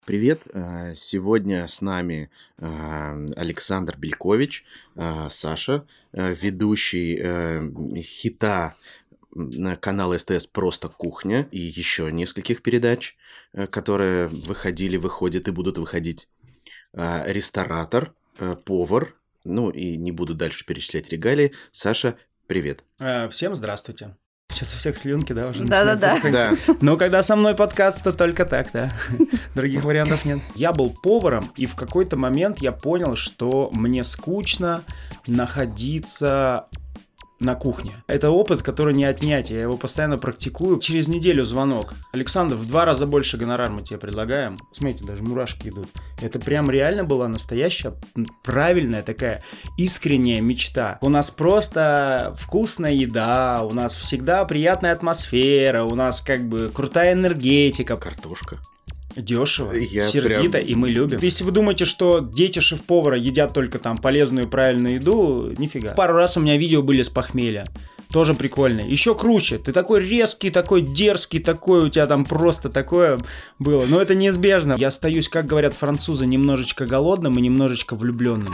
Привет! Сегодня с нами Александр Белькович, Саша, ведущий хита на канала СТС «Просто кухня» и еще нескольких передач, которые выходили, выходят и будут выходить. Ресторатор, повар, ну и не буду дальше перечислять регалии. Саша, привет! Всем здравствуйте. Сейчас у всех слюнки, да, уже? Да. Но когда со мной подкаст, то только так, да. Других вариантов нет. Я был поваром, и в какой-то момент я понял, что мне скучно находиться на кухне. Это опыт, который не отнять, я его постоянно практикую. Через неделю звонок. Александр, в 2 раза больше гонорар мы тебе предлагаем. Смотрите, даже мурашки идут. Это прям реально была настоящая, правильная такая искренняя мечта. У нас просто вкусная еда, у нас всегда приятная атмосфера, у нас как бы крутая энергетика. Картошка. Дешево, сердито, и мы любим. Если вы думаете, что дети шеф-повара едят только там полезную и правильную еду, нифига. Пару раз у меня видео были с похмелья. Тоже прикольно. Еще круче. Ты такой резкий, такой дерзкий, такой у тебя там просто такое было. Но это неизбежно. Я остаюсь, как говорят французы, немножечко голодным и немножечко влюбленным.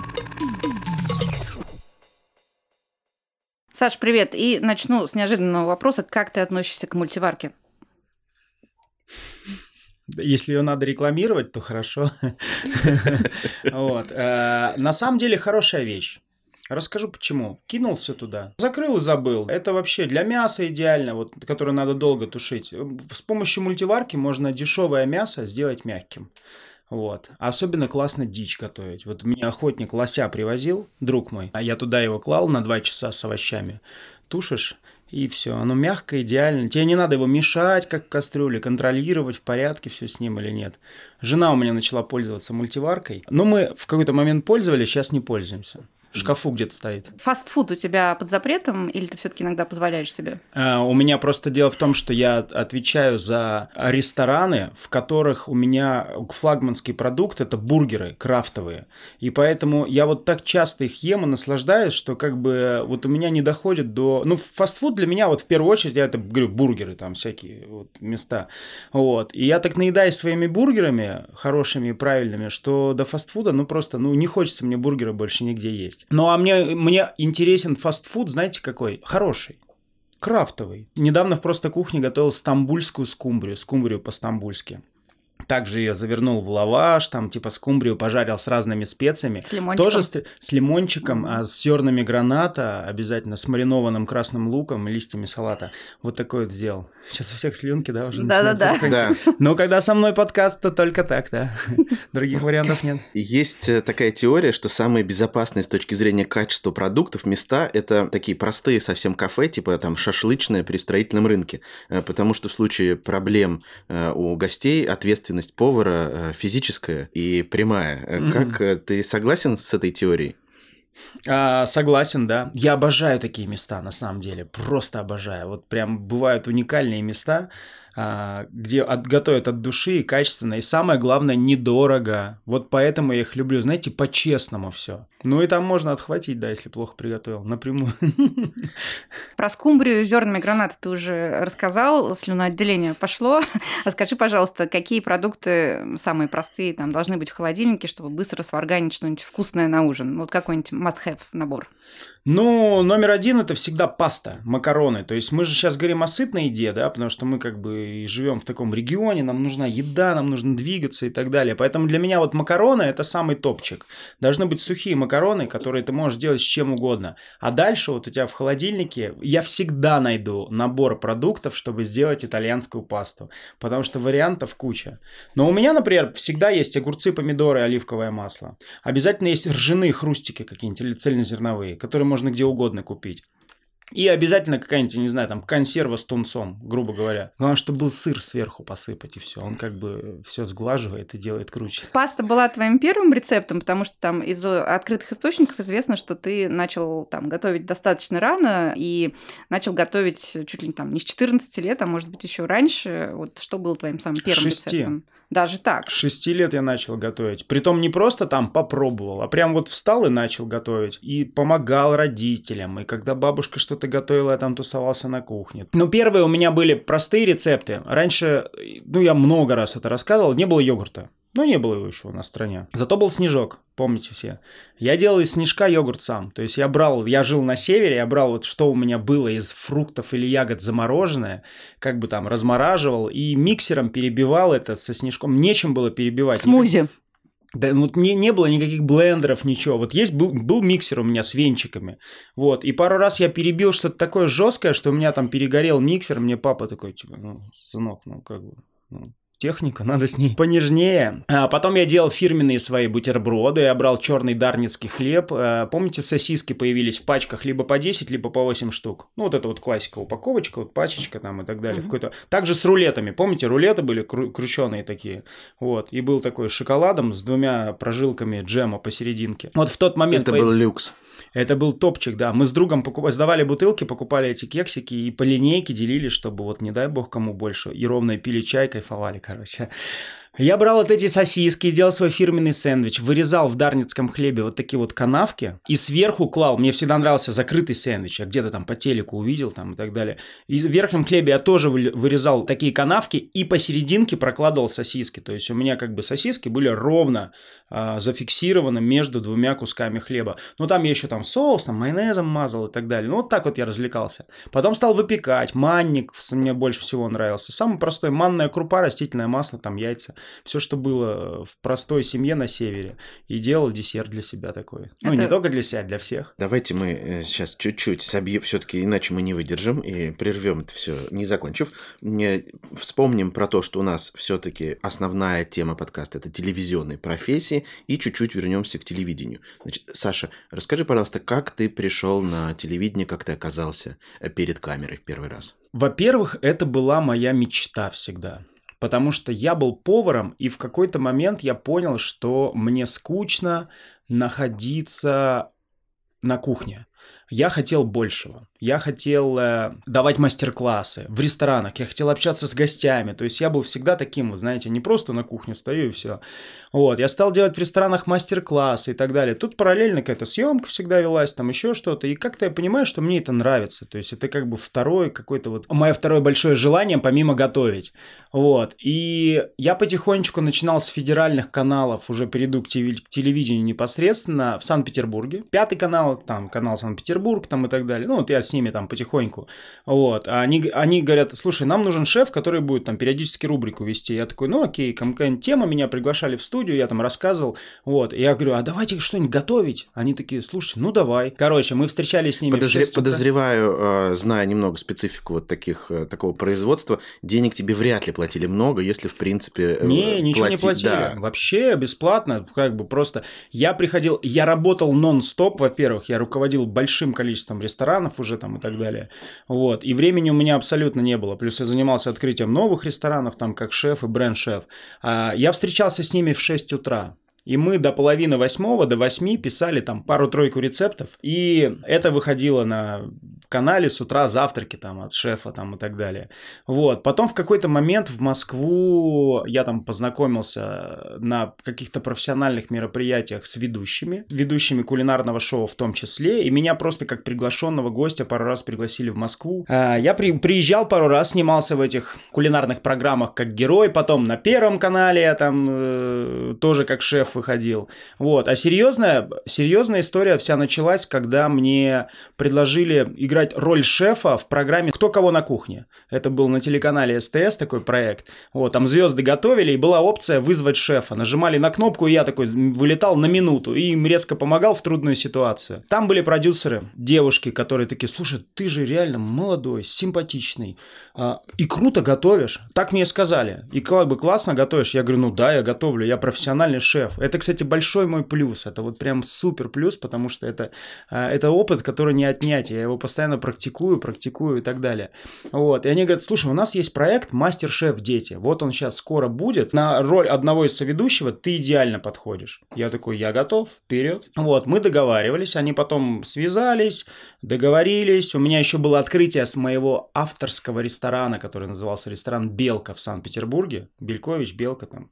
Саш, привет. И начну с неожиданного вопроса. Как ты относишься к мультиварке? Если ее надо рекламировать, то хорошо. На самом деле хорошая вещь. Расскажу почему. Кинул все туда, закрыл и забыл. Это вообще для мяса идеально, вот, которое надо долго тушить. С помощью мультиварки можно дешевое мясо сделать мягким. Вот. Особенно классно дичь готовить. Вот мне охотник лося привозил, друг мой, а я туда его клал на 2 часа с овощами. Тушишь. И все, оно мягкое, идеально. Тебе не надо его мешать, как в кастрюле, контролировать, в порядке все с ним или нет. Жена у меня начала пользоваться мультиваркой. Но мы в какой-то момент пользовались, сейчас не пользуемся. В шкафу где-то стоит. Фастфуд у тебя под запретом или ты все-таки иногда позволяешь себе? У меня просто дело в том, что я отвечаю за рестораны, в которых у меня флагманский продукт – это бургеры крафтовые. И поэтому я вот так часто их ем и наслаждаюсь, что как бы вот у меня не доходит до… Ну, фастфуд для меня вот в первую очередь, я это говорю, бургеры там всякие вот места. Вот. И я так наедаюсь своими бургерами хорошими и правильными, что до фастфуда, ну просто, ну не хочется мне бургера больше нигде есть. Ну, а мне интересен фастфуд, знаете, какой? Хороший. Крафтовый. Недавно в «Просто кухне» готовил стамбульскую скумбрию по-стамбульски. Также ее завернул в лаваш, там типа скумбрию пожарил с разными специями. С лимончиком. Тоже с лимончиком, а с зернами граната, обязательно с маринованным красным луком и листьями салата. Вот такой вот сделал. Сейчас у всех слюнки, да, уже начинают подходить. Да. Но когда со мной подкаст, то только так, да. Других вариантов нет. Есть такая теория, что самые безопасные с точки зрения качества продуктов места – это такие простые совсем кафе, типа там шашлычное при строительном рынке. Потому что в случае проблем у гостей ответственность повара физическая и прямая. Как ты согласен с этой теорией? Согласен, да. Я обожаю такие места, на самом деле. Просто обожаю. Вот прям бывают уникальные места, где готовят от души и качественно. И самое главное, недорого. Вот поэтому я их люблю. Знаете, по-честному все. Ну и там можно отхватить, да, если плохо приготовил. Напрямую. Про скумбрию с зернами граната ты уже рассказал. Слюноотделение пошло. А скажи, пожалуйста, какие продукты самые простые там должны быть в холодильнике, чтобы быстро сварганить что-нибудь вкусное на ужин? Вот какой-нибудь must-have набор. Ну, номер 1 – это всегда паста, макароны. То есть мы же сейчас говорим о сытной еде, да, потому что мы как бы и живем в таком регионе, нам нужна еда, нам нужно двигаться и так далее. Поэтому для меня вот макароны – это самый топчик. Должны быть сухие макароны, которые ты можешь делать с чем угодно. А дальше вот у тебя в холодильнике я всегда найду набор продуктов, чтобы сделать итальянскую пасту, потому что вариантов куча. Но у меня, например, всегда есть огурцы, помидоры, оливковое масло. Обязательно есть ржаные хрустики какие-нибудь или цельнозерновые, которые можно где угодно купить. И обязательно какая-нибудь, не знаю, там, консерва с тунцом, грубо говоря. Главное, чтобы был сыр сверху посыпать, и все. Он как бы все сглаживает и делает круче. Паста была твоим первым рецептом, потому что там из открытых источников известно, что ты начал там готовить достаточно рано и начал готовить чуть ли там не с 14 лет, а может быть еще раньше. Вот что было твоим самым первым рецептом? Даже так? 6 лет я начал готовить. Притом не просто там попробовал, а прям вот встал и начал готовить. И помогал родителям. И когда бабушка что-то готовила, я там тусовался на кухне. Но первые у меня были простые рецепты. Раньше, ну я много раз это рассказывал, не было йогурта. но не было его еще у нас в стране. Зато был снежок, помните все. Я делал из снежка йогурт сам. То есть я жил на севере, я брал вот что у меня было из фруктов или ягод замороженное, как бы там размораживал и миксером перебивал это со снежком. Нечем было перебивать. Смузи. Да, вот не было никаких блендеров, ничего. Вот был миксер у меня с венчиками. Вот. И пару раз я перебил что-то такое жесткое, что у меня там перегорел миксер. Мне папа такой, типа, сынок, техника, надо с ней понежнее. А потом я делал фирменные свои бутерброды. Я брал черный дарницкий хлеб. Помните, сосиски появились в пачках либо по 10, либо по 8 штук. Вот это вот классика, упаковочка, вот пачечка там и так далее. Также с рулетами. Помните, рулеты были крученые такие. Вот. И был такой шоколадом с 2 прожилками джема посерединке. Вот в тот момент... Это был люкс. Это был топчик, да. Мы с другом сдавали бутылки, покупали эти кексики и по линейке делили, чтобы вот не дай бог кому больше. И ровно пили чай, кайфовали, короче. Я брал вот эти сосиски, делал свой фирменный сэндвич, вырезал в дарницком хлебе вот такие вот канавки и сверху клал. Мне всегда нравился закрытый сэндвич, я где-то там по телеку увидел там и так далее. И в верхнем хлебе я тоже вырезал такие канавки и посерединке прокладывал сосиски. То есть у меня как бы сосиски были ровно зафиксированы между 2 кусками хлеба. Ну там я еще там соус, там майонезом мазал и так далее. Ну вот так вот я развлекался. Потом стал выпекать. Манник мне больше всего нравился. Самый простой. Манная крупа, растительное масло, там яйца. Все, что было в простой семье на севере. И делал десерт для себя такой. Ну, не только для себя, для всех. Давайте мы сейчас чуть-чуть собьем, все-таки иначе мы не выдержим и прервем это все, не закончив. Вспомним про то, что у нас все-таки основная тема подкаста – это телевизионные профессии, и чуть-чуть вернемся к телевидению. Значит, Саша, расскажи, пожалуйста, как ты пришел на телевидение, как ты оказался перед камерой в первый раз? Во-первых, это была моя мечта всегда. Потому что я был поваром, и в какой-то момент я понял, что мне скучно находиться на кухне. Я хотел большего. Я хотел давать мастер-классы в ресторанах, я хотел общаться с гостями. То есть я был всегда таким, вы знаете, не просто на кухню стою и все. Вот, я стал делать в ресторанах мастер-классы и так далее. Тут параллельно какая-то съемка всегда велась, там еще что-то. И как-то я понимаю, что мне это нравится. То есть это как бы мое второе большое желание, помимо готовить. Вот, и я потихонечку начинал с федеральных каналов, уже перейду к телевидению непосредственно, в Санкт-Петербурге. 5-й канал, там канал Санкт-Петербург, там и так далее. Ну, вот я с ними там потихоньку. Вот. А они говорят, слушай, нам нужен шеф, который будет там периодически рубрику вести. Я такой, ну окей, какая-нибудь тема, меня приглашали в студию, я там рассказывал. Вот. И я говорю, а давайте что-нибудь готовить. Они такие, слушай, ну давай. Короче, мы встречались с ними. Подозреваю, зная немного специфику вот такого производства, денег тебе вряд ли платили много, если в принципе ничего не платили. Да. Вообще бесплатно, как бы просто. Я приходил, я работал нон-стоп, во-первых, я руководил большим количеством ресторанов уже там и так далее. Вот. И времени у меня абсолютно не было. Плюс я занимался открытием новых ресторанов, там как шеф и бренд-шеф. Я встречался с ними в 6 утра. И мы до 7:30, до 8 писали там пару-тройку рецептов. И это выходило на канале с утра, завтраки там от шефа там и так далее. Вот. Потом в какой-то момент в Москву я там познакомился на каких-то профессиональных мероприятиях с ведущими кулинарного шоу в том числе. И меня просто как приглашенного гостя пару раз пригласили в Москву. Я приезжал пару раз, снимался в этих кулинарных программах как герой. Потом на Первом канале я там тоже как шеф выходил. Вот. А серьезная история вся началась, когда мне предложили играть роль шефа в программе «Кто кого на кухне». Это был на телеканале СТС такой проект. Вот. Там звезды готовили, и была опция вызвать шефа. Нажимали на кнопку, и я такой вылетал на минуту, и им резко помогал в трудную ситуацию. Там были продюсеры, девушки, которые такие, слушай, ты же реально молодой, симпатичный, и круто готовишь. Так мне сказали. И как бы классно готовишь. Я говорю, ну да, я готовлю, я профессиональный шеф. Это, кстати, большой мой плюс. Это вот прям супер плюс, потому что это опыт, который не отнять. Я его постоянно практикую и так далее. Вот. И они говорят, слушай, у нас есть проект «Мастер-шеф дети». Вот он сейчас скоро будет. На роль одного из соведущего ты идеально подходишь. Я такой, я готов, вперед. Вот, мы договаривались, они потом связались, договорились. У меня еще было открытие с моего авторского ресторана, который назывался ресторан «Белка» в Санкт-Петербурге. Белькович, Белка там.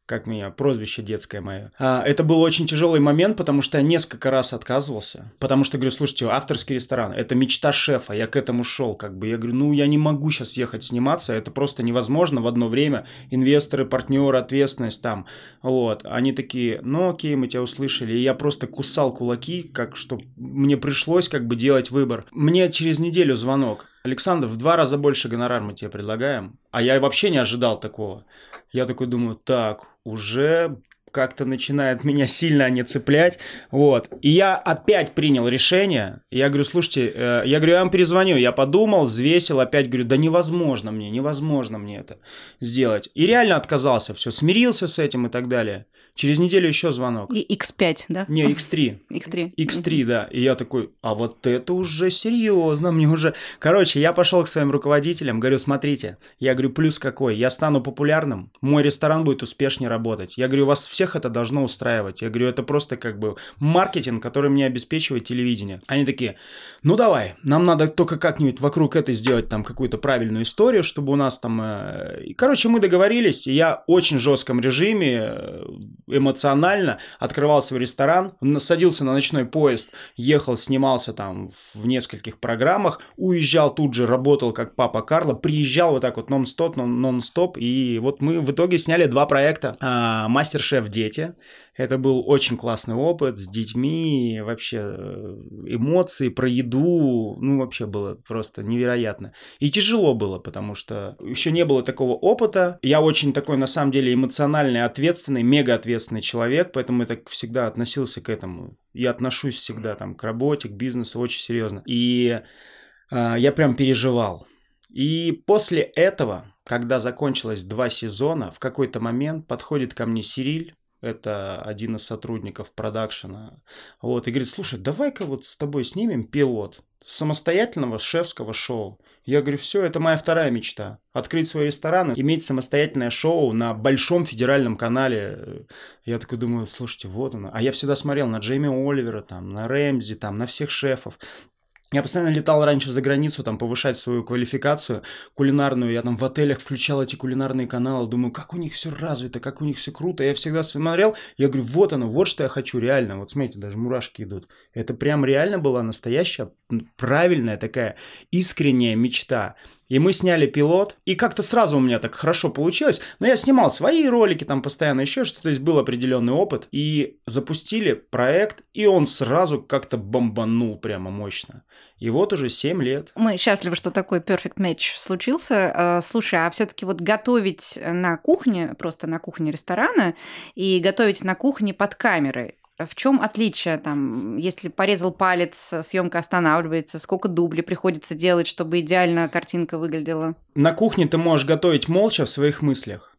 как меня, прозвище детское мое. Это был очень тяжелый момент, потому что я несколько раз отказывался. Потому что, говорю, слушайте, авторский ресторан, это мечта шефа, я к этому шел, как бы. Я говорю, ну, я не могу сейчас ехать сниматься, это просто невозможно в одно время. Инвесторы, партнеры, ответственность там, вот. Они такие, ну, окей, мы тебя услышали. И я просто кусал кулаки, как что мне пришлось как бы делать выбор. Мне через неделю звонок. Александр, в 2 раза больше гонорар мы тебе предлагаем. А я вообще не ожидал такого. Я такой думаю, так, уже как-то начинает меня сильно не цеплять. Вот. И я опять принял решение. Я говорю, слушайте, я вам перезвоню. Я подумал, взвесил, опять говорю, да невозможно мне это сделать. И реально отказался, все, смирился с этим и так далее. Через неделю еще звонок. И X5, да? Не, X3. X3, да. И я такой, а вот это уже серьезно, мне уже... Короче, я пошел к своим руководителям, говорю, смотрите, я говорю, плюс какой, я стану популярным, мой ресторан будет успешнее работать. Я говорю, вас всех это должно устраивать. Я говорю, это просто как бы маркетинг, который мне обеспечивает телевидение. Они такие, ну давай, нам надо только как-нибудь вокруг этой сделать там какую-то правильную историю, чтобы у нас там... Короче, мы договорились, и я в очень жестком режиме... эмоционально открывал свой ресторан, садился на ночной поезд, ехал, снимался там в нескольких программах, уезжал тут же, работал как папа Карло, приезжал вот так вот нон-стоп, и вот мы в итоге сняли 2 проекта. «Мастер-шеф Дети». Это был очень классный опыт с детьми, вообще эмоции про еду, ну вообще было просто невероятно. И тяжело было, потому что еще не было такого опыта. Я очень такой, на самом деле, эмоциональный, ответственный, мега ответственный человек, поэтому я так всегда относился к этому. Я отношусь всегда там к работе, к бизнесу очень серьезно. И я прям переживал. И после этого, когда закончилось 2 сезона, в какой-то момент подходит ко мне Сириль, это один из сотрудников продакшена, вот, и говорит, слушай, давай-ка вот с тобой снимем пилот самостоятельного шефского шоу. Я говорю, все, это моя вторая мечта. Открыть свой ресторан, иметь самостоятельное шоу на большом федеральном канале. Я такой думаю, слушайте, вот оно. А я всегда смотрел на Джейми Оливера, там, на Рэмзи, там, на всех шефов. Я постоянно летал раньше за границу, там, повышать свою квалификацию кулинарную. Я там в отелях включал эти кулинарные каналы. Думаю, как у них все развито, как у них все круто. Я всегда смотрел, я говорю, вот оно, вот что я хочу реально. Вот смотрите, даже мурашки идут. Это прям реально была настоящая, правильная такая искренняя мечта. И мы сняли пилот, и как-то сразу у меня так хорошо получилось. Но я снимал свои ролики там постоянно, еще что-то, то есть был определенный опыт. И запустили проект, и он сразу как-то бомбанул прямо мощно. И вот уже 7 лет. Мы счастливы, что такой perfect match случился. Слушай, а все-таки вот готовить на кухне, просто на кухне ресторана, и готовить на кухне под камерой, в чем отличие там, если порезал палец, съемка останавливается, сколько дублей приходится делать, чтобы идеально картинка выглядела? На кухне ты можешь готовить молча в своих мыслях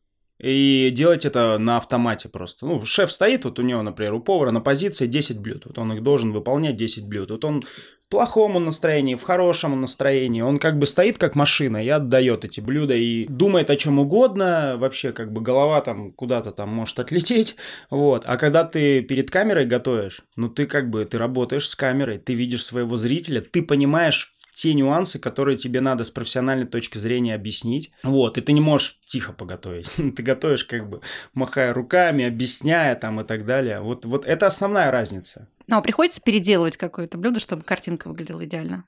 и делать это на автомате просто. Ну, шеф стоит, вот у него, например, у повара на позиции 10 блюд, вот он их должен выполнять 10 блюд. Вот он в плохом настроении, в хорошем настроении, он как бы стоит как машина и отдает эти блюда и думает о чем угодно, вообще как бы голова там куда-то там может отлететь, вот. А когда ты перед камерой готовишь, ну ты как бы, ты работаешь с камерой, ты видишь своего зрителя, ты понимаешь те нюансы, которые тебе надо с профессиональной точки зрения объяснить. Вот, и ты не можешь тихо поготовить. Ты готовишь как бы махая руками, объясняя там и так далее. Вот это основная разница. Ну, а приходится переделывать какое-то блюдо, чтобы картинка выглядела идеально?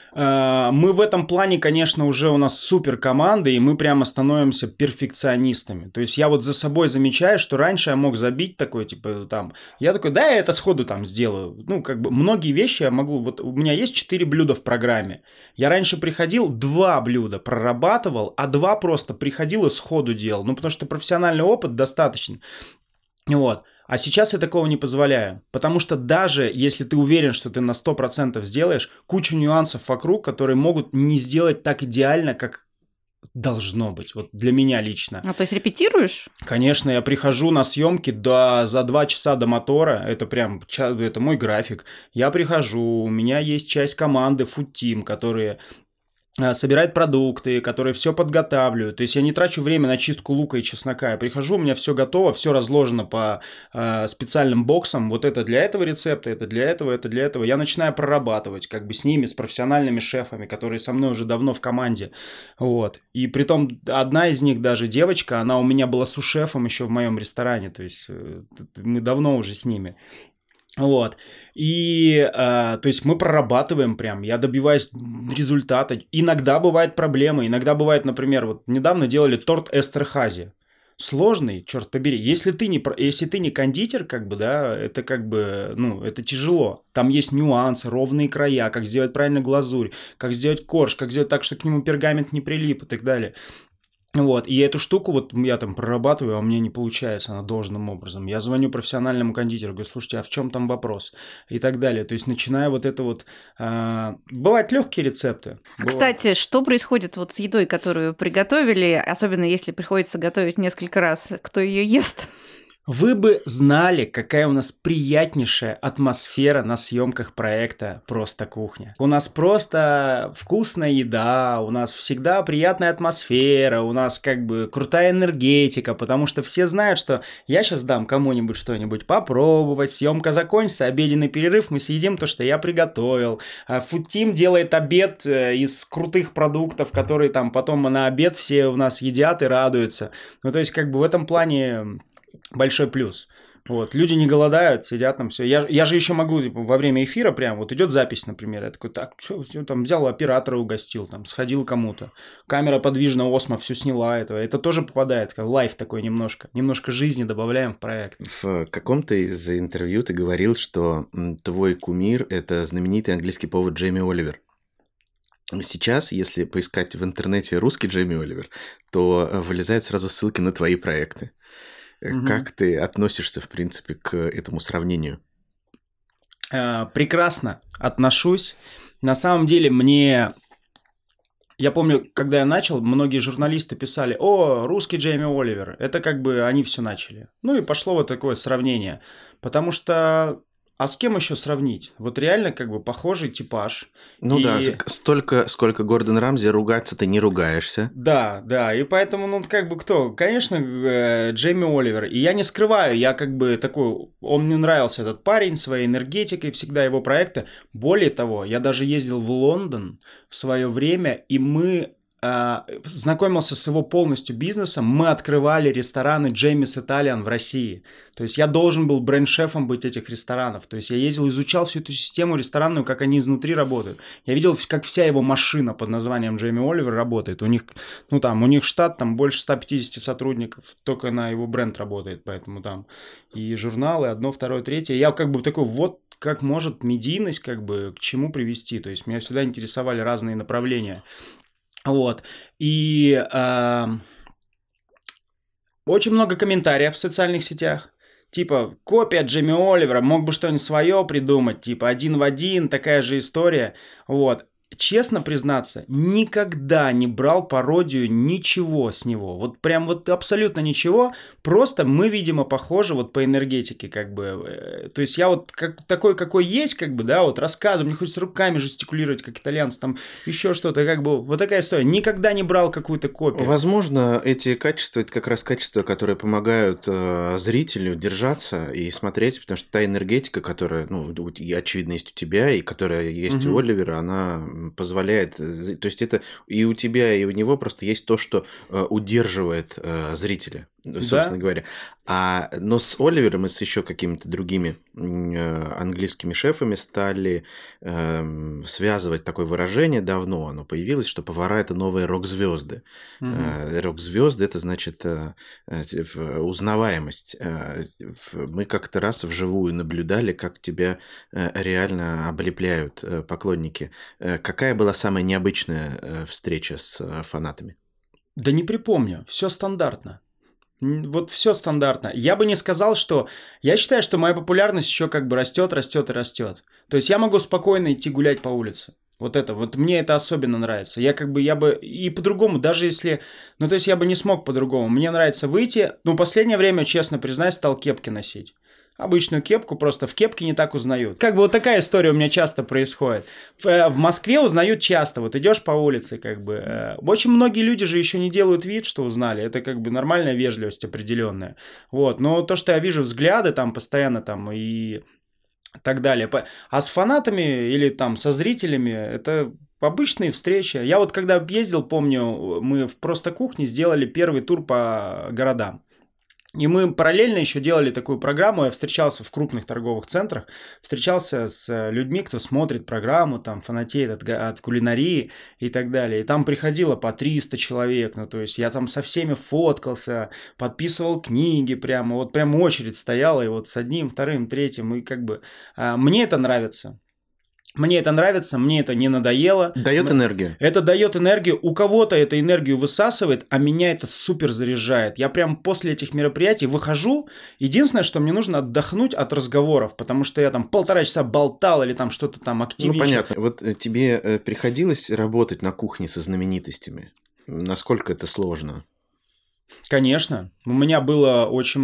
Мы в этом плане, конечно, уже у нас супер команда, и мы прямо становимся перфекционистами. То есть я вот за собой замечаю, что раньше я мог забить такой, типа, там, я такой, да, я это сходу там сделаю. Ну, как бы многие вещи я могу, вот у меня есть 4 блюда в программе. Я раньше приходил, 2 блюда прорабатывал, а 2 просто приходил и сходу делал. Ну, потому что профессиональный опыт достаточно. Вот. А сейчас я такого не позволяю, потому что даже если ты уверен, что ты на 100% сделаешь, кучу нюансов вокруг, которые могут не сделать так идеально, как должно быть, вот для меня лично. А то есть репетируешь? Конечно, я прихожу на съемки за 2 часа до мотора, это прям, это мой график. Я прихожу, у меня есть часть команды Food Team, которые собирает продукты, которые все подготавливают. То есть я не трачу время на чистку лука и чеснока. Я прихожу, у меня все готово, все разложено по специальным боксам. Вот это для этого рецепта, это для этого, это для этого. Я начинаю прорабатывать как бы с ними, с профессиональными шефами, которые со мной уже давно в команде. Вот. И притом одна из них, даже девочка, она у меня была су-шефом еще в моем ресторане. То есть мы давно уже с ними. Вот. И, то есть мы прорабатываем прям, я добиваюсь результата. Иногда бывают проблемы, иногда бывает, например, вот недавно делали торт Эстерхази. Сложный, черт побери. Если ты не кондитер, как бы, да, это как бы, ну, это тяжело. Там есть нюансы, ровные края, как сделать правильно глазурь, как сделать корж, как сделать так, что к нему пергамент не прилип и так далее. Вот, и эту штуку вот я там прорабатываю, а у меня не получается она должным образом. Я звоню профессиональному кондитеру, говорю, слушайте, а в чем там вопрос? И так далее. То есть начиная вот это вот... бывают легкие рецепты. Кстати, что происходит вот с едой, которую приготовили, особенно если приходится готовить несколько раз, кто ее ест? Вы бы знали, какая у нас приятнейшая атмосфера на съемках проекта «Просто кухня». У нас просто вкусная еда, у нас всегда приятная атмосфера, у нас как бы крутая энергетика, потому что все знают, что я сейчас дам кому-нибудь что-нибудь попробовать, съемка закончится, обеденный перерыв, мы съедим то, что я приготовил. Фудтим делает обед из крутых продуктов, которые там потом на обед все у нас едят и радуются. Ну, то есть как бы в этом плане... большой плюс. Вот. Люди не голодают, сидят там все. Я же еще могу типа, во время эфира прям, вот идет запись, например, я такой, так, что там взял оператора, угостил, там, сходил кому-то. Камера подвижная, Осмо все сняла этого. Это тоже попадает, как лайф такой немножко жизни добавляем в проект. В каком-то из интервью ты говорил, что твой кумир – это знаменитый английский повар Джейми Оливер. Сейчас, если поискать в интернете русский Джейми Оливер, то вылезают сразу ссылки на твои проекты. Как ты относишься, в принципе, к этому сравнению? Прекрасно отношусь. На самом деле, я помню, когда я начал, многие журналисты писали, о, русский Джейми Оливер. Это как бы они все начали. Ну и пошло вот такое сравнение. Потому что... А с кем еще сравнить? Вот реально как бы похожий типаж. Ну да, столько, сколько Гордон Рамзи, ругаться ты не ругаешься. Да, и поэтому, ну как бы кто? Конечно, Джейми Оливер. И я не скрываю, я как бы такой, он мне нравился, этот парень, своей энергетикой, всегда его проекты. Более того, я даже ездил в Лондон в свое время, и мы... знакомился с его полностью бизнесом, мы открывали рестораны Джеймис Италиан в России. То есть я должен был бренд-шефом быть этих ресторанов. То есть я ездил, изучал всю эту систему ресторанную, как они изнутри работают. Я видел, как вся его машина под названием Джейми Оливер работает. У них штат там больше 150 сотрудников, только на его бренд работает, поэтому там и журналы, одно, второе, третье. Я как бы такой, вот как может медийность как бы к чему привести. То есть меня всегда интересовали разные направления. Вот, и очень много комментариев в социальных сетях, типа, копия Джейми Оливера, мог бы что-нибудь свое придумать, типа, один в один, такая же история, вот. Честно признаться, никогда не брал пародию ничего с него. Вот прям вот абсолютно ничего. Просто мы, видимо, похожи вот по энергетике, как бы. То есть я вот такой, какой есть, как бы, да, вот рассказываю, мне хочется руками жестикулировать, как итальянцы, там еще что-то, как бы, вот такая история. Никогда не брал какую-то копию. Возможно, эти качества, это как раз качества, которые помогают зрителю держаться и смотреть, потому что та энергетика, которая, ну, очевидно, есть у тебя, и которая есть у Оливера, она... позволяет, то есть это и у тебя, и у него просто есть то, что удерживает зрителя, собственно говоря. Но с Оливером и с еще какими-то другими английскими шефами стали связывать такое выражение, давно оно появилось, что повара – это новые рок-звезды. Рок-звезды – это значит узнаваемость. Мы как-то раз вживую наблюдали, как тебя реально облепляют поклонники. Какая была самая необычная встреча с фанатами? Да не припомню, все стандартно. Вот все стандартно. Я бы не сказал, что... Я считаю, что моя популярность еще как бы растет. То есть я могу спокойно идти гулять по улице. Вот мне это особенно нравится. Я бы и по-другому, даже если... Ну, то есть я бы не смог по-другому. Мне нравится выйти. Ну, последнее время, честно признаюсь, стал кепки носить. обычную кепку, просто в кепке не так узнают. Как бы вот такая история у меня часто происходит. В Москве узнают часто. Вот идешь по улице, как бы. Очень многие люди же еще не делают вид, что узнали. Это как бы нормальная вежливость определенная. Вот. Но то, что я вижу взгляды там постоянно там и так далее. А с фанатами или там со зрителями это обычные встречи. Я вот когда ездил, помню, мы в «Просто кухне» сделали первый тур по городам. И мы параллельно еще делали такую программу. Я встречался в крупных торговых центрах, встречался с людьми, кто смотрит программу, там фанатеет от кулинарии и так далее. И там приходило по 300 человек. Ну, то есть я там со всеми фоткался, подписывал книги прямо. Вот прям очередь стояла, и вот с одним, вторым, третьим. И как бы мне это нравится. Мне это нравится, мне это не надоело. Дает энергию. Это дает энергию. У кого-то это энергию высасывает, а меня это супер заряжает. Я прям после этих мероприятий выхожу. Единственное, что мне нужно отдохнуть от разговоров, потому что я там 1,5 часа болтал или там что-то там активничал. Ну, понятно. Вот тебе приходилось работать на кухне со знаменитостями? Насколько это сложно? Конечно. У меня было очень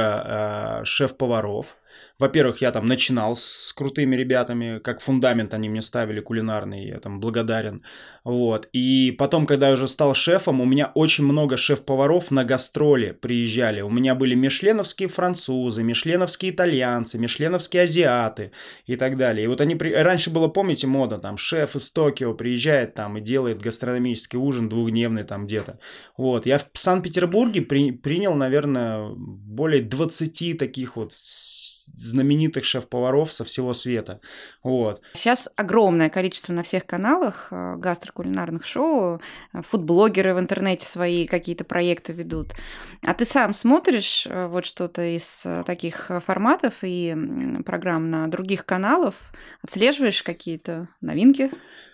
много шеф-поваров. Во-первых, я там начинал с крутыми ребятами, как фундамент они мне ставили кулинарный, я там благодарен. Вот. И потом, когда я уже стал шефом, у меня очень много шеф-поваров на гастроли приезжали. У меня были мишленовские французы, мишленовские итальянцы, мишленовские азиаты и так далее. И вот они... Раньше было, помните, мода, там, шеф из Токио приезжает там и делает гастрономический ужин двухдневный там где-то. Вот. Я в Санкт-Петербурге принял, наверное, более 20 таких вот знаменитых шеф-поваров со всего света. Вот. Сейчас огромное количество на всех каналах гастрокулинарных шоу, фудблогеры в интернете свои какие-то проекты ведут. А ты сам смотришь вот что-то из таких форматов и программ на других каналах? Отслеживаешь какие-то новинки?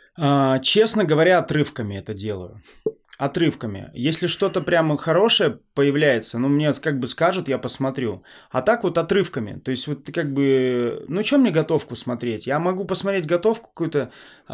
Честно говоря, отрывками это делаю. Отрывками. Если что-то прямо хорошее появляется, ну, мне как бы скажут, я посмотрю. А так вот отрывками. То есть, вот как бы, ну, что мне готовку смотреть? Я могу посмотреть готовку какую-то...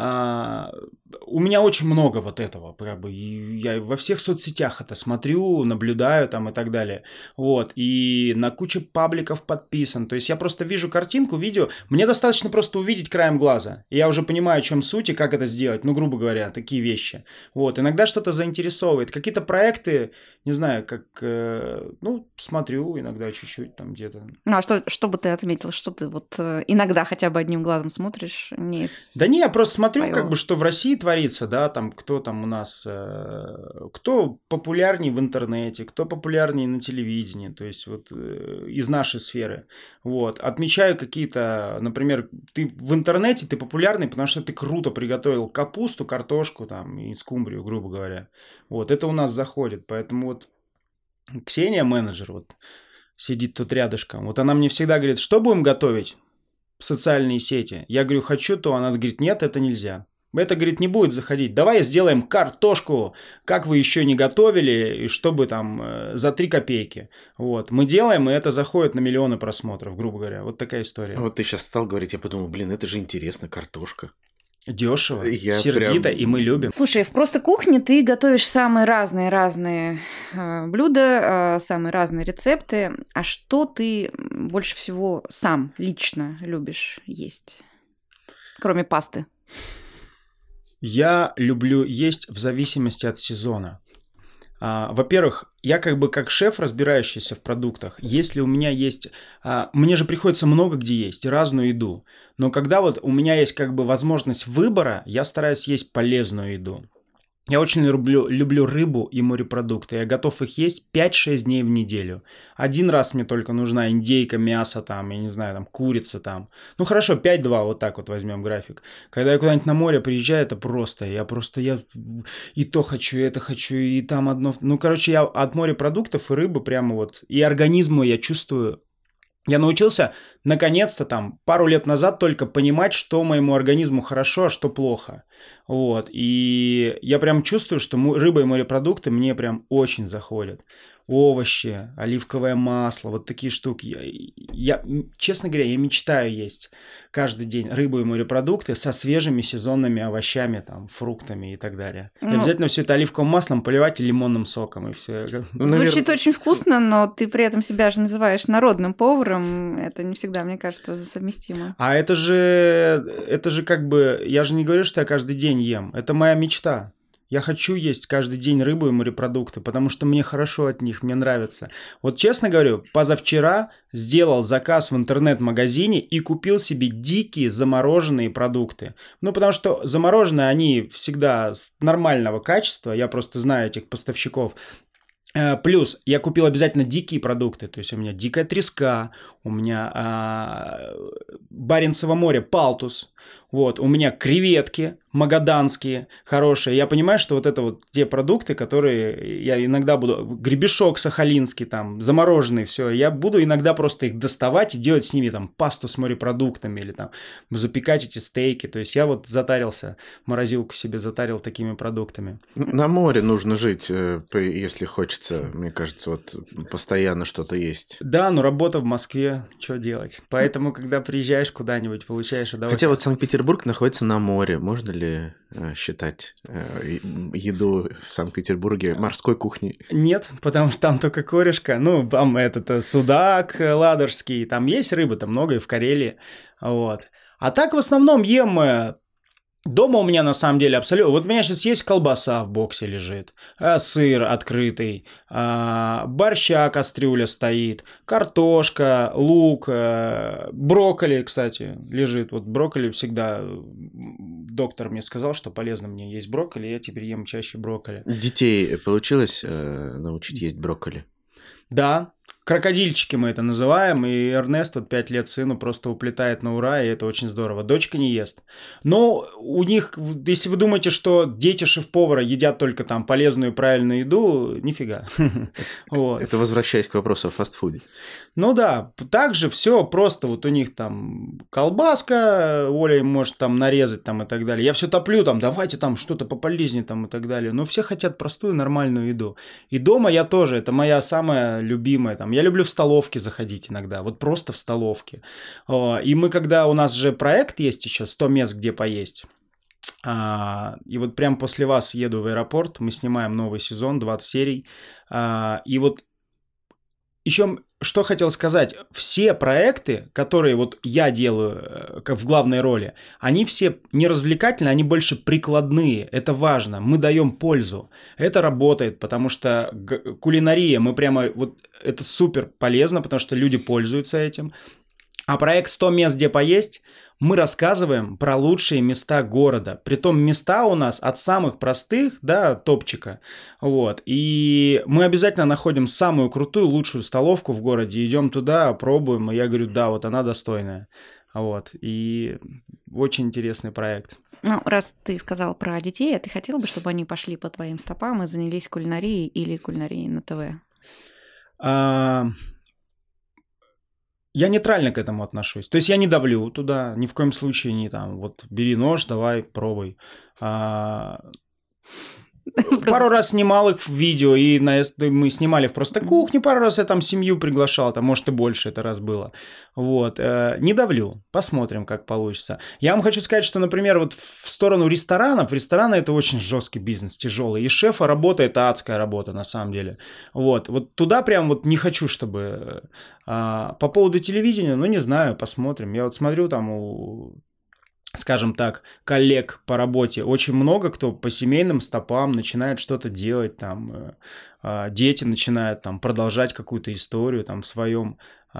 у меня очень много вот этого, как бы. И я во всех соцсетях это смотрю, наблюдаю там и так далее. Вот. И на кучу пабликов подписан. То есть, я просто вижу картинку, видео. Мне достаточно просто увидеть краем глаза. И я уже понимаю, о чем суть и как это сделать. Ну, грубо говоря, такие вещи. Вот. Иногда что-то заинтересовывает. Какие-то проекты, не знаю, как, ну, смотрю иногда чуть-чуть там где-то. Ну, а что бы ты отметил? Что ты вот иногда хотя бы одним глазом смотришь? Да не, я просто смотрю, как бы, что в России творится, да, там, кто там у нас, кто популярней в интернете, кто популярней на телевидении, то есть вот из нашей сферы. Вот. Отмечаю какие-то, например, ты в интернете, ты популярный, потому что ты круто приготовил капусту, картошку там и скумбрию, грубо говоря. Вот, это у нас заходит, поэтому вот Ксения, менеджер, вот сидит тут рядышком, вот она мне всегда говорит, что будем готовить в социальные сети? Я говорю, хочу то, она говорит, нет, это нельзя. Это, говорит, не будет заходить. Давай сделаем картошку, как вы еще не готовили, и чтобы там за 3 копейки. Вот. Мы делаем, и это заходит на миллионы просмотров, грубо говоря. Вот такая история. Вот ты сейчас стал говорить, я подумал, блин, это же интересно, картошка. Дешево, сердито, и мы любим. Слушай, в «Просто кухне» ты готовишь самые разные блюда, самые разные рецепты. А что ты больше всего сам лично любишь есть, кроме пасты? Я люблю есть в зависимости от сезона. Во-первых, я как бы как шеф, разбирающийся в продуктах, если у меня есть... Мне же приходится много где есть, разную еду. Но когда вот у меня есть как бы возможность выбора, я стараюсь есть полезную еду. Я очень люблю рыбу и морепродукты. Я готов их есть 5-6 дней в неделю. Один раз мне только нужна индейка, мясо там, я не знаю, там курица там. Ну хорошо, 5-2, вот так вот возьмем график. Когда я куда-нибудь на море приезжаю, это просто, я и то хочу, и это хочу, и там одно... Ну, короче, я от морепродуктов и рыбы прямо вот, и организму я чувствую... Я научился, наконец-то, там, пару лет назад только понимать, что моему организму хорошо, а что плохо. Вот. И я прям чувствую, что рыба и морепродукты мне прям очень заходят. овощи, оливковое масло, вот такие штуки. Честно говоря, я мечтаю есть каждый день рыбу и морепродукты со свежими сезонными овощами, там, фруктами и так далее. И обязательно все это оливковым маслом поливать и лимонным соком, и все. Звучит очень вкусно, но ты при этом себя же называешь народным поваром. Это не всегда, мне кажется, совместимо. А это же как бы... Я же не говорю, что я каждый день ем. Это моя мечта. Я хочу есть каждый день рыбу и морепродукты, потому что мне хорошо от них, мне нравится. Вот честно говорю, позавчера сделал заказ в интернет-магазине и купил себе дикие замороженные продукты. Ну, потому что замороженные, они всегда нормального качества, я просто знаю этих поставщиков. Плюс я купил обязательно дикие продукты, то есть у меня дикая треска, у меня Баренцево море, палтус, вот, у меня креветки магаданские, хорошие. Я понимаю, что вот это вот те продукты, которые я иногда буду, гребешок сахалинский, там, замороженный, все, я буду иногда просто их доставать и делать с ними там пасту с морепродуктами или там запекать эти стейки. То есть я вот затарился, морозилку себе затарил такими продуктами. На море нужно жить, если хочется, мне кажется, вот постоянно что-то есть. Да, но работа в Москве, что делать? Поэтому, когда приезжаешь куда-нибудь, получаешь удовольствие. Хотя вот Санкт-Петербург находится на море. Можно ли считать еду в Санкт-Петербурге морской кухней? Нет, потому что там только корешка. Ну, там этот судак ладожский, там есть рыба, там много и в Карелии. Вот. А так в основном ем... Дома у меня на самом деле абсолютно... Вот у меня сейчас есть колбаса в боксе лежит, сыр открытый, борща кастрюля стоит, картошка, лук, брокколи, кстати, лежит. Вот брокколи всегда... Доктор мне сказал, что полезно мне есть брокколи, я теперь ем чаще брокколи. Детей получилось научить есть брокколи? Да. Крокодильчики мы это называем, и Эрнест, вот 5 лет сыну, просто уплетает на ура, и это очень здорово. Дочка не ест. Но у них, если вы думаете, что дети шеф-повара едят только там полезную и правильную еду, нифига. Это возвращаясь к вопросу о фастфуде. Ну да, также все просто, вот у них там колбаска, Оля им может там нарезать там и так далее. Я все топлю там, давайте там что-то пополезнее там и так далее. Но все хотят простую нормальную еду. И дома я тоже, это моя самая любимая там. Я люблю в столовке заходить иногда, вот просто в столовке. И мы, когда у нас же проект есть еще, 100 мест, где поесть. И вот прям после вас еду в аэропорт, мы снимаем новый сезон, 20 серий. И вот еще что хотел сказать, все проекты, которые вот я делаю в главной роли, они все не развлекательные, они больше прикладные, это важно, мы даем пользу, это работает, потому что кулинария, мы прямо, вот это супер полезно, потому что люди пользуются этим, а проект 100 мест, где поесть, мы рассказываем про лучшие места города. Притом места у нас от самых простых до топчика. Вот. И мы обязательно находим самую крутую, лучшую столовку в городе. Идем туда, пробуем. И я говорю, да, вот она достойная. Вот. И очень интересный проект. Ну, раз ты сказал про детей, а ты хотел бы, чтобы они пошли по твоим стопам и занялись кулинарией или кулинарией на ТВ? Я нейтрально к этому отношусь. То есть я не давлю туда, ни в коем случае не там, вот бери нож, давай, пробуй. Пару раз снимал их в видео, и мы снимали в «Просто кухне», пару раз я там семью приглашал, там, может, и больше это раз было. Вот. Не давлю, посмотрим, как получится. Я вам хочу сказать, что, например, вот в сторону ресторанов, рестораны – это очень жесткий бизнес, тяжелый, и шефа работа – это адская работа, на самом деле. Вот туда прям вот не хочу, чтобы… По поводу телевидения, ну, не знаю, посмотрим. Я вот смотрю там у… скажем так, коллег по работе. Очень много кто по семейным стопам начинает что-то делать, там, дети начинают там продолжать какую-то историю там в своем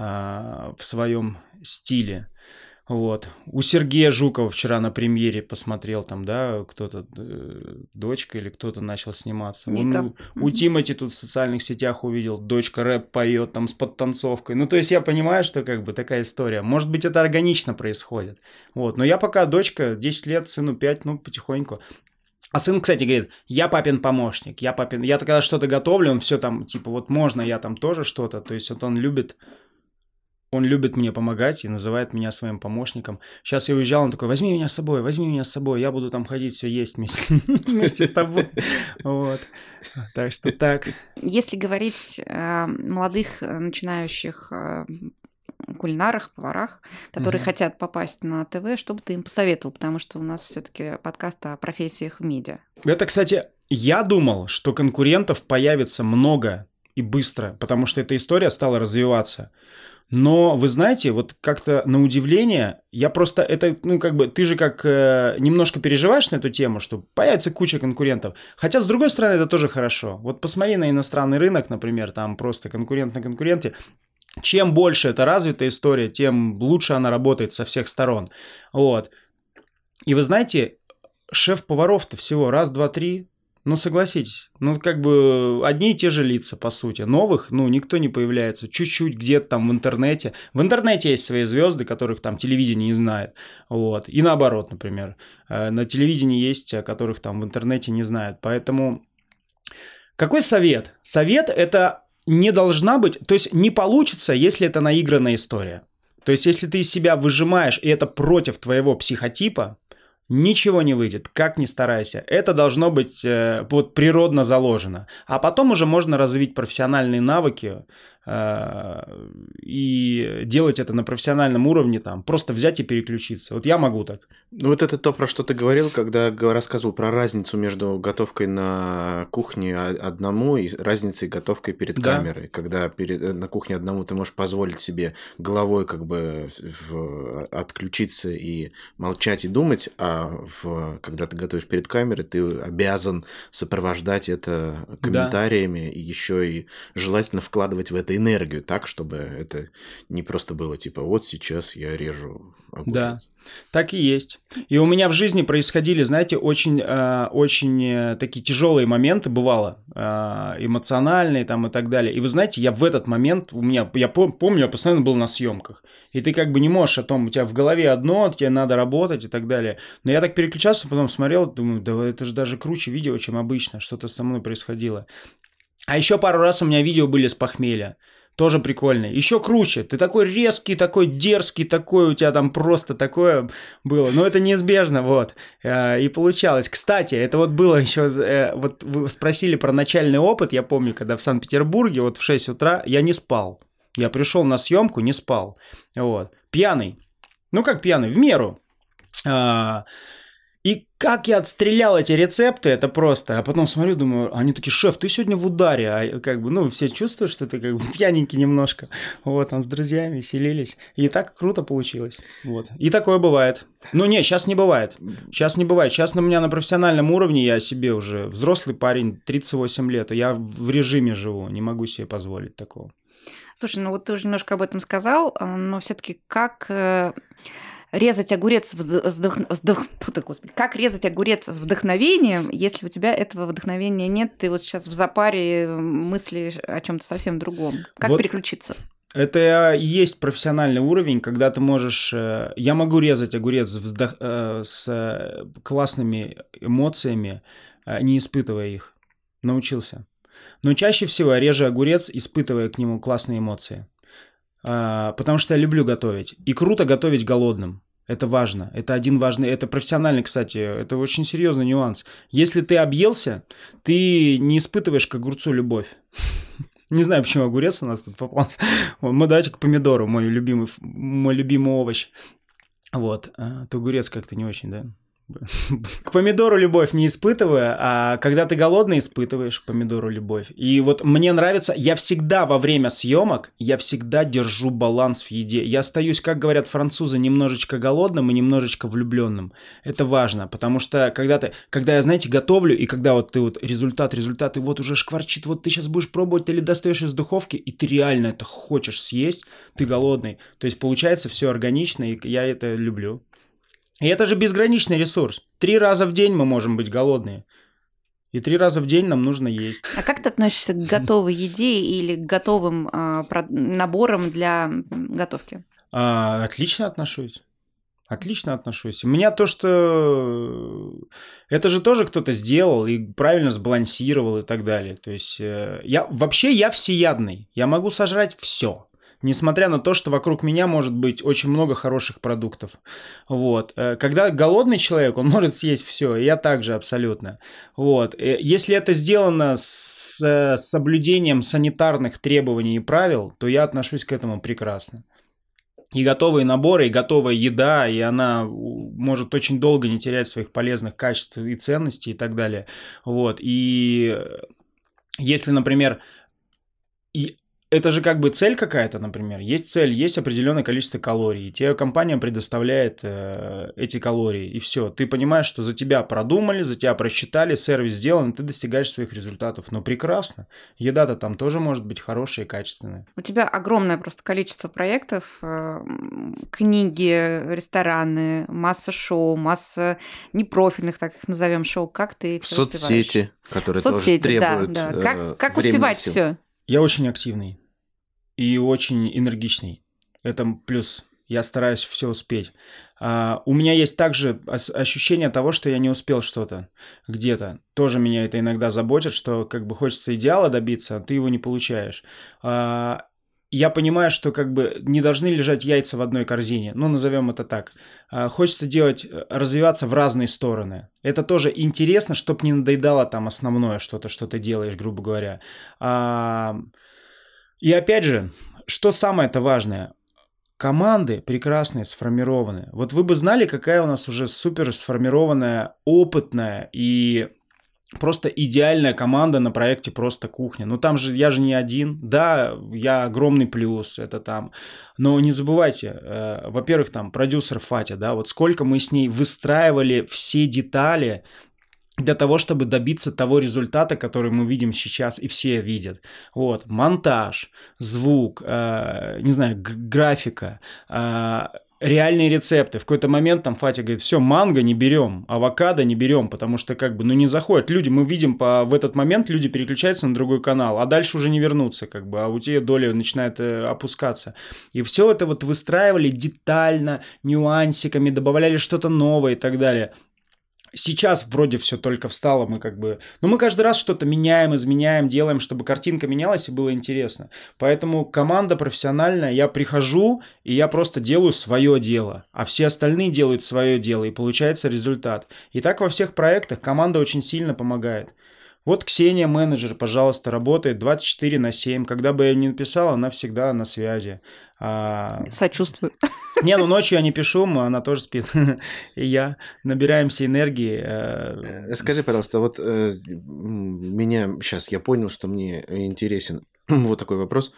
стиле. Вот. У Сергея Жукова вчера на премьере посмотрел, там, да, кто-то, дочка или кто-то начал сниматься. У Тимати тут в социальных сетях увидел, дочка рэп поет там с подтанцовкой. Ну, то есть я понимаю, что как бы такая история. Может быть, это органично происходит. Вот. Но я пока дочка, 10 лет, сыну 5, ну, потихоньку. А сын, кстати, говорит, я папин помощник, я когда что-то готовлю, он все там, типа, вот можно, я там тоже что-то. То есть вот он любит Он любит мне помогать и называет меня своим помощником. Сейчас я уезжал, он такой: возьми меня с собой, я буду там ходить, все есть вместе с тобой. Вот. Так что так. Если говорить о молодых начинающих кулинарах, поварах, которые хотят попасть на ТВ, что бы ты им посоветовал? Потому что у нас все-таки подкаст о профессиях в медиа. Это, кстати, я думал, что конкурентов появится много и быстро, потому что эта история стала развиваться. Но, вы знаете, вот как-то на удивление, я просто это, ты же немножко переживаешь на эту тему, что появится куча конкурентов. Хотя, с другой стороны, это тоже хорошо. Вот посмотри на иностранный рынок, например, там просто конкурент на конкуренте. Чем больше это развитая история, тем лучше она работает со всех сторон. Вот. И вы знаете, шеф-поваров-то всего раз, два, три. Ну, согласитесь, одни и те же лица, по сути. Новых, никто не появляется. Чуть-чуть где-то там в интернете. В интернете есть свои звезды, которых там телевидение не знает. Вот. И наоборот, например. На телевидении есть, которых там в интернете не знают. Поэтому какой совет? Совет – это не должна быть, то есть не получится, если это наигранная история. То есть если ты из себя выжимаешь, и это против твоего психотипа, ничего не выйдет, как ни старайся. Это должно быть природно заложено. А потом уже можно развить профессиональные навыки и делать это на профессиональном уровне, просто взять и переключиться. Вот я могу так. Вот это то, про что ты говорил, когда рассказывал про разницу между готовкой на кухне одному и разницей готовкой перед камерой. Когда на кухне одному ты можешь позволить себе головой отключиться и молчать и думать, а когда ты готовишь перед камерой, ты обязан сопровождать это комментариями и еще и желательно вкладывать в это энергию так, чтобы это не просто было вот сейчас я режу огурец. Да, так и есть. И у меня в жизни происходили, знаете, очень такие тяжелые моменты, бывало, эмоциональные и так далее. И вы знаете, я в этот момент, я помню, я постоянно был на съемках. И ты не можешь о том, у тебя в голове одно, тебе надо работать и так далее. Но я так переключался, потом смотрел, думаю, да это же даже круче видео, чем обычно, что-то со мной происходило. А еще пару раз у меня видео были с похмелья. Тоже прикольно. Еще круче. Ты такой резкий, такой дерзкий, такой у тебя там просто такое было. Но это неизбежно, вот. И получалось. Кстати, это было еще... Вот вы спросили про начальный опыт. Я помню, когда в Санкт-Петербурге в 6 утра я не спал. Я пришел на съемку, не спал. Вот. Пьяный. Как пьяный? В меру. И как я отстрелял эти рецепты, это просто. А потом смотрю, думаю, они такие: шеф, ты сегодня в ударе. А все чувствуют, что ты пьяненький немножко. Вот, там с друзьями веселились. И так круто получилось. Вот. И такое бывает. Сейчас не бывает. Сейчас не бывает. Сейчас у меня на профессиональном уровне, я себе уже взрослый парень, 38 лет, и я в режиме живу. Не могу себе позволить такого. Слушай, ты уже немножко об этом сказал, но все-таки как... резать огурец как резать огурец с вдохновением, если у тебя этого вдохновения нет, ты вот сейчас в запаре мыслишь о чем-то совсем другом. Как переключиться? Это и есть профессиональный уровень, когда ты можешь... Я могу резать огурец с классными эмоциями, не испытывая их. Научился. Но чаще всего я режу огурец, испытывая к нему классные эмоции. Потому что я люблю готовить. И круто готовить голодным. Это важно. Это это профессиональный, кстати, это очень серьезный нюанс. Если ты объелся, ты не испытываешь к огурцу любовь. Не знаю, почему огурец у нас тут попался. Мы давайте к помидору, мой любимый овощ. Вот. То огурец как-то не очень, да? К помидору любовь не испытываю, а когда ты голодный, испытываешь к помидору любовь. И вот мне нравится, я всегда во время съемок, я всегда держу баланс в еде. Я остаюсь, как говорят французы, немножечко голодным и немножечко влюбленным. Это важно, потому что когда я, знаете, готовлю, и когда ты результат, и вот уже шкварчит, вот ты сейчас будешь пробовать или достаешь из духовки, и ты реально это хочешь съесть, ты голодный. То есть получается все органично, и я это люблю. И это же безграничный ресурс. 3 раза в день мы можем быть голодные. И 3 раза в день нам нужно есть. А как ты относишься к готовой еде или к готовым наборам для готовки? Отлично отношусь. У меня то, что... Это же тоже кто-то сделал и правильно сбалансировал и так далее. То есть я всеядный. Я могу сожрать все. Несмотря на то, что вокруг меня может быть очень много хороших продуктов. Вот. Когда голодный человек, он может съесть все, и я также абсолютно. Вот. Если это сделано с соблюдением санитарных требований и правил, то я отношусь к этому прекрасно. И готовые наборы, и готовая еда, и она может очень долго не терять своих полезных качеств и ценностей и так далее. Вот. И если, например, это же как бы цель какая-то, например. Есть цель, есть определенное количество калорий. Тебе компания предоставляет эти калории, и все. Ты понимаешь, что за тебя продумали, за тебя просчитали, сервис сделан, и ты достигаешь своих результатов. Ну, прекрасно. Еда-то там тоже может быть хорошая и качественная. У тебя огромное просто количество проектов. Книги, рестораны, масса шоу, масса непрофильных, так их назовем, шоу. Как ты их соцсети, которые тоже требуют Как успевать все? Я очень активный. И очень энергичный. Это плюс. Я стараюсь все успеть. У меня есть также ощущение того, что я не успел что-то где-то. Тоже меня это иногда заботит, что как бы хочется идеала добиться, а ты его не получаешь. Я понимаю, что как бы не должны лежать яйца в одной корзине. Ну, назовем это так. Хочется развиваться в разные стороны. Это тоже интересно, чтобы не надоедало там основное что-то, что ты делаешь, грубо говоря. И опять же, что самое-то важное? Команды прекрасные, сформированы. Вот вы бы знали, какая у нас уже супер сформированная, опытная и просто идеальная команда на проекте «Просто кухня». Ну там же я же не один. Да, я огромный плюс, это там. Но не забывайте, во-первых, там продюсер Фатя, да, вот сколько мы с ней выстраивали все детали для того, чтобы добиться того результата, который мы видим сейчас и все видят. Вот, монтаж, звук, не знаю, графика, реальные рецепты. В какой-то момент там Фатя говорит, все, манго не берем, авокадо не берем, потому что как бы, ну не заходят люди, мы видим в этот момент люди переключаются на другой канал, а дальше уже не вернуться, как бы, а у тебя доля начинает опускаться. И все это вот выстраивали детально, нюансиками, добавляли что-то новое и так далее. Сейчас вроде все только встало, мы как бы... Но мы каждый раз что-то меняем, изменяем, делаем, чтобы картинка менялась и было интересно. Поэтому команда профессиональная, я прихожу, и я просто делаю свое дело, а все остальные делают свое дело, и получается результат. И так во всех проектах команда очень сильно помогает. Вот Ксения, менеджер, пожалуйста, работает 24/7. Когда бы я ни написал, она всегда на связи. Сочувствую. Не, ну ночью я не пишу, она тоже спит. И я набираемся энергии. Скажи, пожалуйста, вот меня сейчас я понял, что мне интересен вот такой вопрос.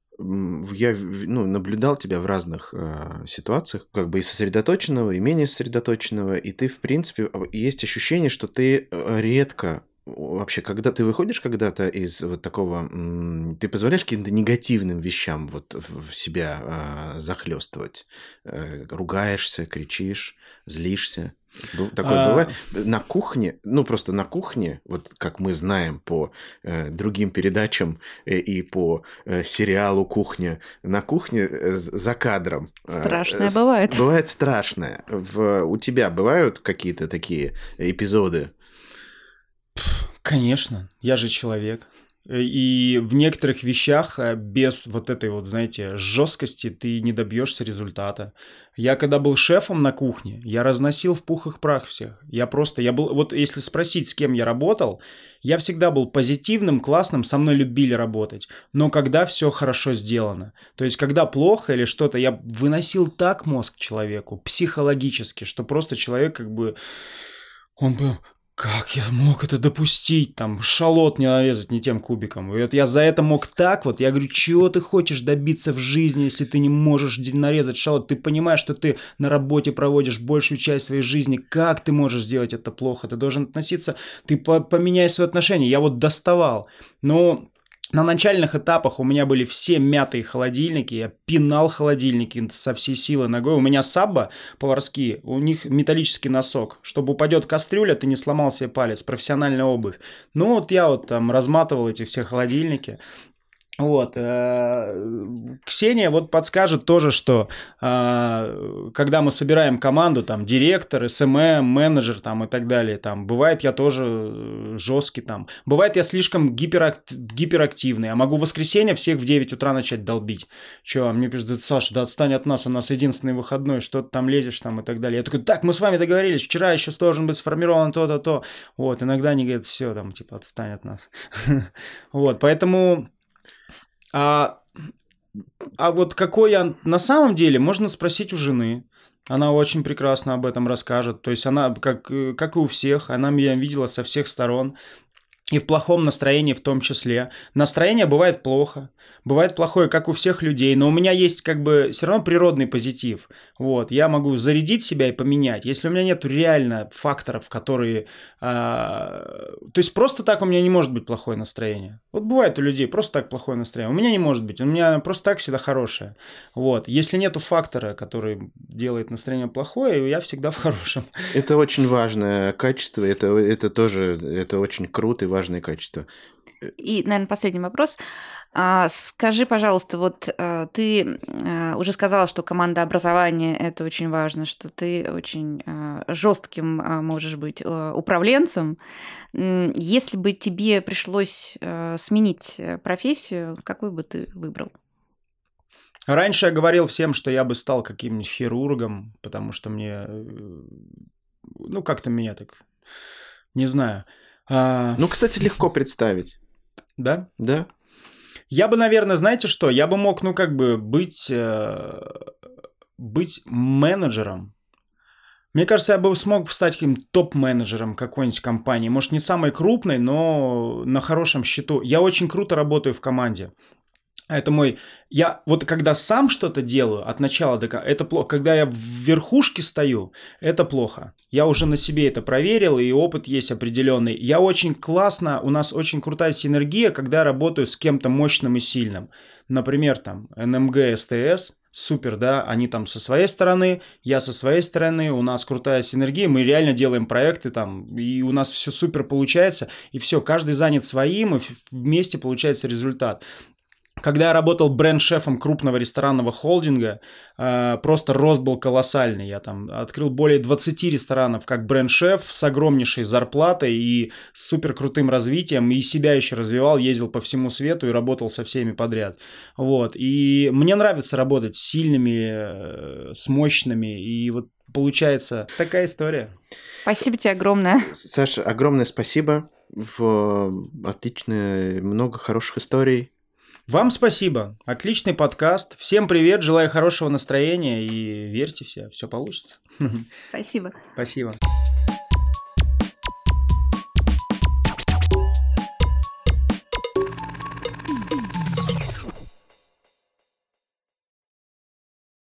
Я наблюдал тебя в разных ситуациях, как бы и сосредоточенного, и менее сосредоточенного, и ты, в принципе, есть ощущение, что ты редко вообще, когда ты выходишь когда-то из вот такого, ты позволяешь каким-то негативным вещам вот в себя захлестывать, ругаешься, кричишь, злишься. Такое бывает на кухне, ну просто на кухне, вот как мы знаем по другим передачам и по сериалу «Кухня», на кухне за кадром. Страшное бывает. Бывает страшное. У тебя бывают какие-то такие эпизоды? Конечно, я же человек. И в некоторых вещах без вот этой вот, знаете, жесткости ты не добьешься результата. Я когда был шефом на кухне, я разносил в пух и прах всех. Я был, вот если спросить, с кем я работал, я всегда был позитивным, классным, со мной любили работать. Но когда все хорошо сделано, то есть когда плохо или что-то, я выносил так мозг человеку, психологически, что просто человек как бы, он бы... Как я мог это допустить? Там шалот не нарезать не тем кубиком. И вот я за это мог так вот. Я говорю, чего ты хочешь добиться в жизни, если ты не можешь нарезать шалот? Ты понимаешь, что ты на работе проводишь большую часть своей жизни. Как ты можешь сделать это плохо? Ты должен относиться... Ты поменяй свои отношения. Я вот доставал. Но... На начальных этапах у меня были все мятые холодильники, я пинал холодильники со всей силы ногой. У меня сабба поварские, у них металлический носок. Чтобы упадет кастрюля, ты не сломал себе палец, профессиональная обувь. Ну вот я вот там разматывал эти все холодильники. Вот. Ксения вот подскажет тоже, что когда мы собираем команду, там, директор, СММ, менеджер, там, и так далее, там, бывает я тоже жесткий, там, бывает я слишком гиперактивный, а могу в воскресенье всех в 9 утра начать долбить. Че, мне пишут: Саша, да отстань от нас, у нас единственный выходной, что ты там лезешь, там, и так далее. Я такой: так, мы с вами договорились, вчера еще должен быть сформирован то-то, то. Вот, иногда они говорят: все, там, типа, отстань от нас. Вот, поэтому... А вот какой я на самом деле, можно спросить у жены. Она очень прекрасно об этом расскажет. То есть она, как и у всех, она меня видела со всех сторон. И в плохом настроении в том числе. Настроение бывает плохо. Бывает плохое, как у всех людей. Но у меня есть как бы все равно природный позитив. Вот. Я могу зарядить себя и поменять. Если у меня нет реально факторов, которые... То есть просто так у меня не может быть плохое настроение. Вот бывает у людей просто так плохое настроение. У меня не может быть. У меня просто так всегда хорошее. Вот. Если нету фактора, который делает настроение плохое, я всегда в хорошем. Это очень важное качество. Это тоже это очень круто и важное качество. И, наверное, последний вопрос. Скажи, пожалуйста, вот ты уже сказала, что командообразование – это очень важно, что ты очень жестким можешь быть управленцем. Если бы тебе пришлось сменить профессию, какую бы ты выбрал? Раньше я говорил всем, что я бы стал каким-нибудь хирургом, потому что мне, ну, как-то меня так, не знаю. Ну, кстати, легко представить. Да? Да. Я бы, наверное, знаете что? Я бы мог, ну, как бы быть менеджером. Мне кажется, я бы смог стать каким-то топ-менеджером какой-нибудь компании. Может, не самой крупной, но на хорошем счету. Я очень круто работаю в команде. Это мой... Я вот когда сам что-то делаю от начала до конца, это плохо. Когда я в верхушке стою, это плохо. Я уже на себе это проверил, и опыт есть определенный. Я очень классно, у нас очень крутая синергия, когда я работаю с кем-то мощным и сильным. Например, там, НМГ, СТС, супер, да, они там со своей стороны, я со своей стороны, у нас крутая синергия, мы реально делаем проекты там, и у нас все супер получается, и все, каждый занят своим, и вместе получается результат. Когда я работал бренд-шефом крупного ресторанного холдинга, просто рост был колоссальный. Я там открыл более 20 ресторанов как бренд-шеф с огромнейшей зарплатой и супер крутым развитием. И себя еще развивал, ездил по всему свету и работал со всеми подряд. Вот. И мне нравится работать с сильными, с мощными. И вот получается такая история. Спасибо тебе огромное. Саша, огромное спасибо. Отлично, много хороших историй. Вам спасибо. Отличный подкаст. Всем привет. Желаю хорошего настроения и верьте все получится. Спасибо. Спасибо.